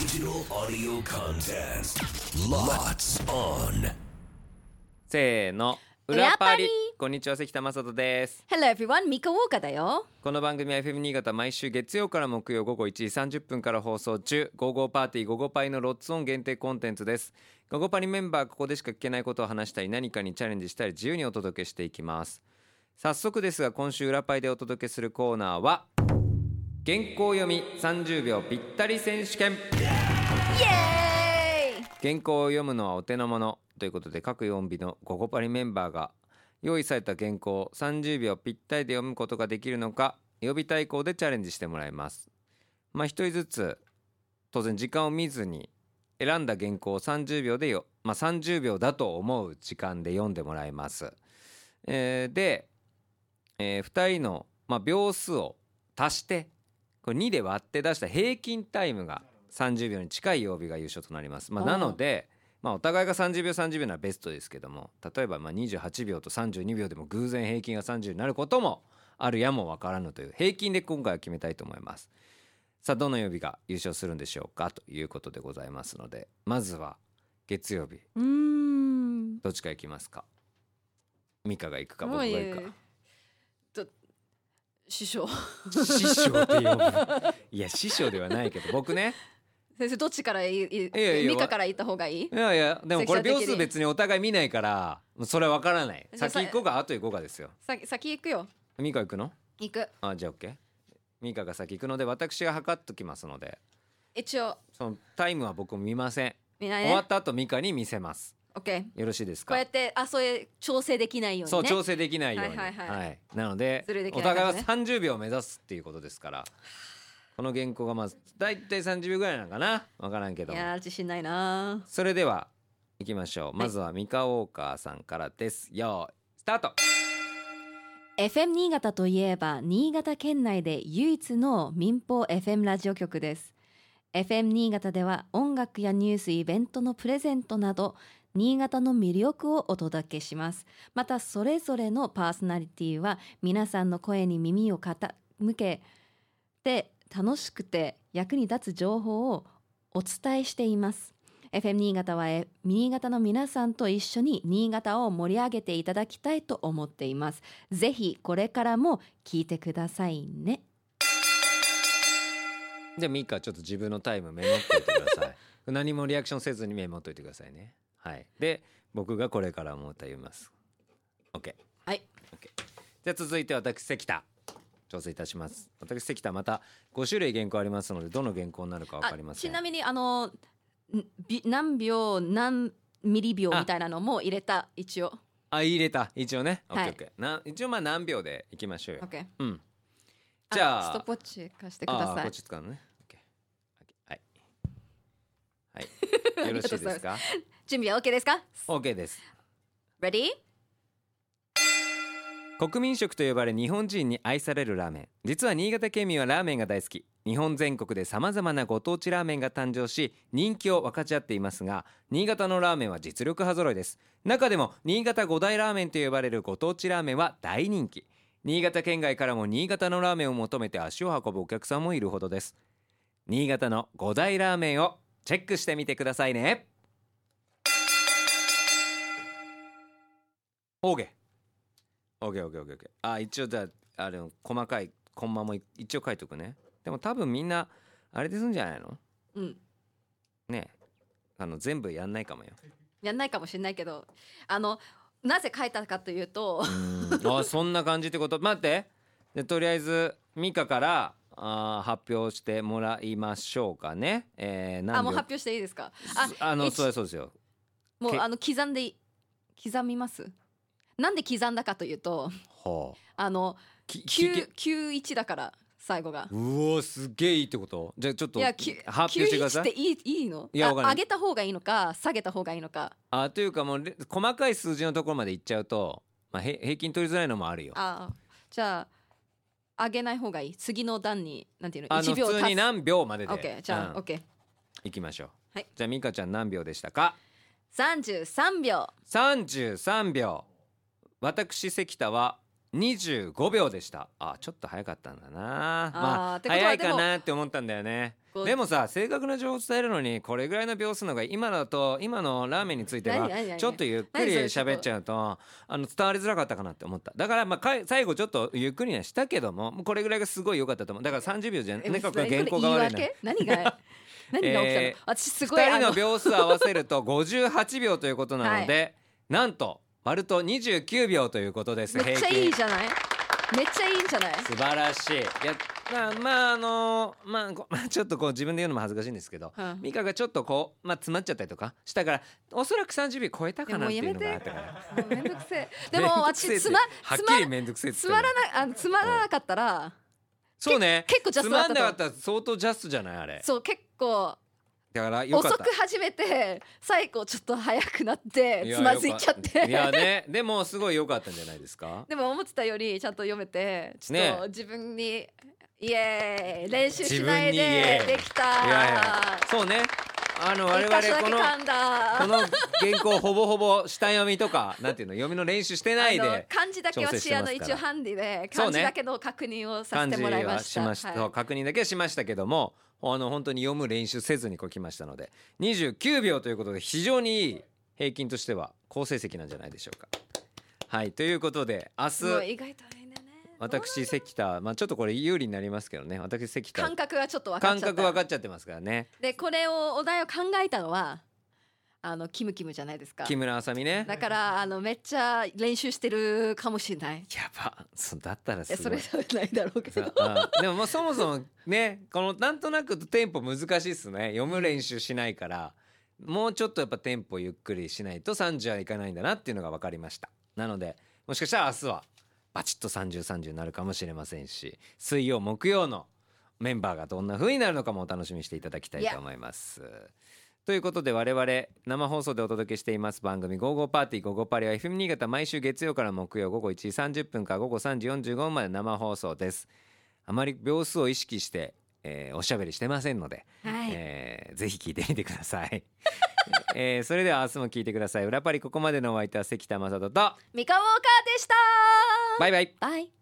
Digital audio contest. Lots on. せーの、裏パリ。こんにちは、関田正人です。 Hello everyone, ミカウォーカだよ。 この番組は FM 新潟毎週月曜から木曜午後1時30分から放送中、ゴーゴーパーティーゴゴパイのロッツオン限定コンテンツです。ゴゴパリメンバー、ここでしか聞けないことを話したり、何かにチャレンジしたり、自由にお届けしていきます。早速ですが、今週裏パイでお届けするコーナーは原稿読み30秒ぴったり選手権。 イエーイ。 原稿を読むのはお手の物ということで、各曜日のゴゴパリメンバーが用意された原稿を30秒ぴったりで読むことができるのか、予備対抗でチャレンジしてもらいます。一人ずつ当然時間を見ずに選んだ原稿を30秒で30秒だと思う時間で読んでもらいます。で、2人の、秒数を足してこれ2で割って出した平均タイムが30秒に近い曜日が優勝となります。なのでお互いが30秒30秒ならベストですけども、例えば28秒と32秒でも偶然平均が30になることもあるやもわからぬという平均で今回は決めたいと思います。さあ、どの曜日が優勝するんでしょうかということでございますので、まずは月曜日、どっちか行きますか。ミカが行くか僕が行くか。 師匠師匠って呼ぶいや師匠ではないけど、僕ね、 先生どっちからいいミカから言った方がいい？ いやでもこれ秒数別にお互い見ないからそれは分からない。先行こうか後行こうかですよ。 先行くよ。 ミカ行くの？ 行く。 じゃあ OK。 ミカが先行くので私が測っときますので、 一応そのタイムは僕も見ません。 見ないね。 終わった後ミカに見せます。 OK。 よろしいですか？ こうやってそういう調整できないようにね。 そう、調整できないように、 はいなのでお互いは30秒を目指すっていうことですから、この原稿がまずだいたい30秒ぐらいなのかな、分からんけど。 いや自信ないな。 それでは行きましょう。まずはミカウォーカーさんからです。よーいスタート。 FM 新潟といえば新潟県内で唯一の民放 FM ラジオ局です。 FM 新潟では音楽やニュース、イベントのプレゼントなど新潟の魅力をお届けします。またそれぞれのパーソナリティは皆さんの声に耳を傾けて楽しくて役に立つ情報をお伝えしています。 FM 新潟は新潟の皆さんと一緒に新潟を盛り上げていただきたいと思っています。ぜひこれからも聞いてくださいね。 じゃあミカちょっと自分のタイムメモっといてください何もリアクションせずにメモっといてくださいね。はい。で僕がこれからも歌います。 OK。 はい、 OK。 じゃあ続いて私関田調整いたします。私関田また5種類原稿ありますので、どの原稿になるか分かりません。 ちなみに何秒何ミリ秒みたいなのも入れた。一応入れた一応ね。 はい OK。 一応何秒でいきましょうよ。 OK。 じゃあストップウォッチ貸してください。 こっち使うのね。 OK。 はい、よろしいですか？ 準備は OK ですか？ OK です。 Ready？ 国民食と呼ばれ日本人に愛されるラーメン。実は新潟県民はラーメンが大好き。日本全国でさまざまなご当地ラーメンが誕生し人気を分かち合っていますが、新潟のラーメンは実力派揃いです。中でも新潟五大ラーメンと呼ばれるご当地ラーメンは大人気。新潟県外からも新潟のラーメンを求めて足を運ぶお客さんもいるほどです。新潟の五大ラーメンをチェックしてみてくださいね。 OK。一応じゃあ細かいコンマも一応書いとくね。でも多分みんなあれですんじゃないの？ねえ、全部やんないかもよ。 やんないかもしれないけど、なぜ書いたかというとそんな感じってこと。待って、でとりあえずミカから発表してもらいましょうかね。何秒？ もう発表していいですか？ そうですよ。 もう刻みます。なんで刻んだかというと、91だから最後が。 うお、すげえいいってこと？じゃあちょっと発表してください。 91っていいの？上げた方がいいのか下げた方がいいのか。 というかもう細かい数字のところまでいっちゃうと、平均取りづらいのもあるよ。 じゃあ上げない方がいい。次の段になんていうの、1秒普通に何秒までで。 OK。 じゃあ OK。 いきましょう。 はい。 じゃあミカちゃん何秒でしたか ？33秒。 33秒。私関田は 25秒でした。ちょっと早かったんだな。まあってことは早いかなって思ったんだよね。 こうでもさ、正確な情報を伝えるのにこれぐらいの秒数のが今だと、今のラーメンについては何ちょっとゆっくり喋っちゃうと伝わりづらかったかなって思った。だからまあ最後ちょっとゆっくりはしたけども、これぐらいがすごい良かったと思う。だから30秒じゃねかく原稿が悪いな。 何が起きたの、私すごい 2人の秒数合わせると58秒ということなので、なんと割ると29秒ということです。 めっちゃいいじゃない、めっちゃいいんじゃない。 素晴らしい。いやちょっとこう自分で言うのも恥ずかしいんですけど、ミカがちょっとこう詰まっちゃったりとかしたから、おそらく30秒超えたかなっていうのがあったから。 めんどくせえ。でも私はっきりめんどくせえってつまらなかったら、 そうね、 結構ジャストだったと。 つまんなかったら相当ジャストじゃないあれ。 そう、結構だからよかった。 遅く始めて最後ちょっと早くなってつまずいちゃって。 いやね、でもすごい良かったんじゃないですか。 でも思ってたよりちゃんと読めて、ちょっと自分にイエーイ、練習しないでできた。 いやそうね、我々この原稿ほぼほぼ下読みとかなんていうの、読みの練習してないで漢字だけ私一応ハンディで漢字だけの確認をさせてもらいました。 確認だけしましたけども、本当に読む練習せずに来ましたので29秒ということで、非常にいい平均としては好成績なんじゃないでしょうか。はい、ということで明日意外と私関田、ちょっとこれ有利になりますけどね、私関田感覚がちょっと分かっちゃってますからね。 でこれをお題を考えたのはキムじゃないですか、 木村あさみね。 だからめっちゃ練習してるかもしれない。 やば、だったらすごい。 それじゃないだろうけどでもそもそもね、このなんとなくテンポ難しいっすね。読む練習しないから、もうちょっとやっぱテンポゆっくりしないと30はいかないんだなっていうのが分かりました。なのでもしかしたら明日はバチッと30になるかもしれませんし、水曜木曜のメンバーがどんな風になるのかもお楽しみにしていただきたいと思います。ということで我々生放送でお届けしています番組ゴーゴーパーティーゴーゴーパリは FM 新潟、毎週月曜から木曜午後1時30分から午後3時45分まで生放送です。あまり秒数を意識して、おしゃべりしてませんので、ぜひ聞いてみてください。それでは明日も聞いてください。裏パリ、ここまでのお相手は関田正人と三河ウォーカーでした。 バイバイ。 バイ。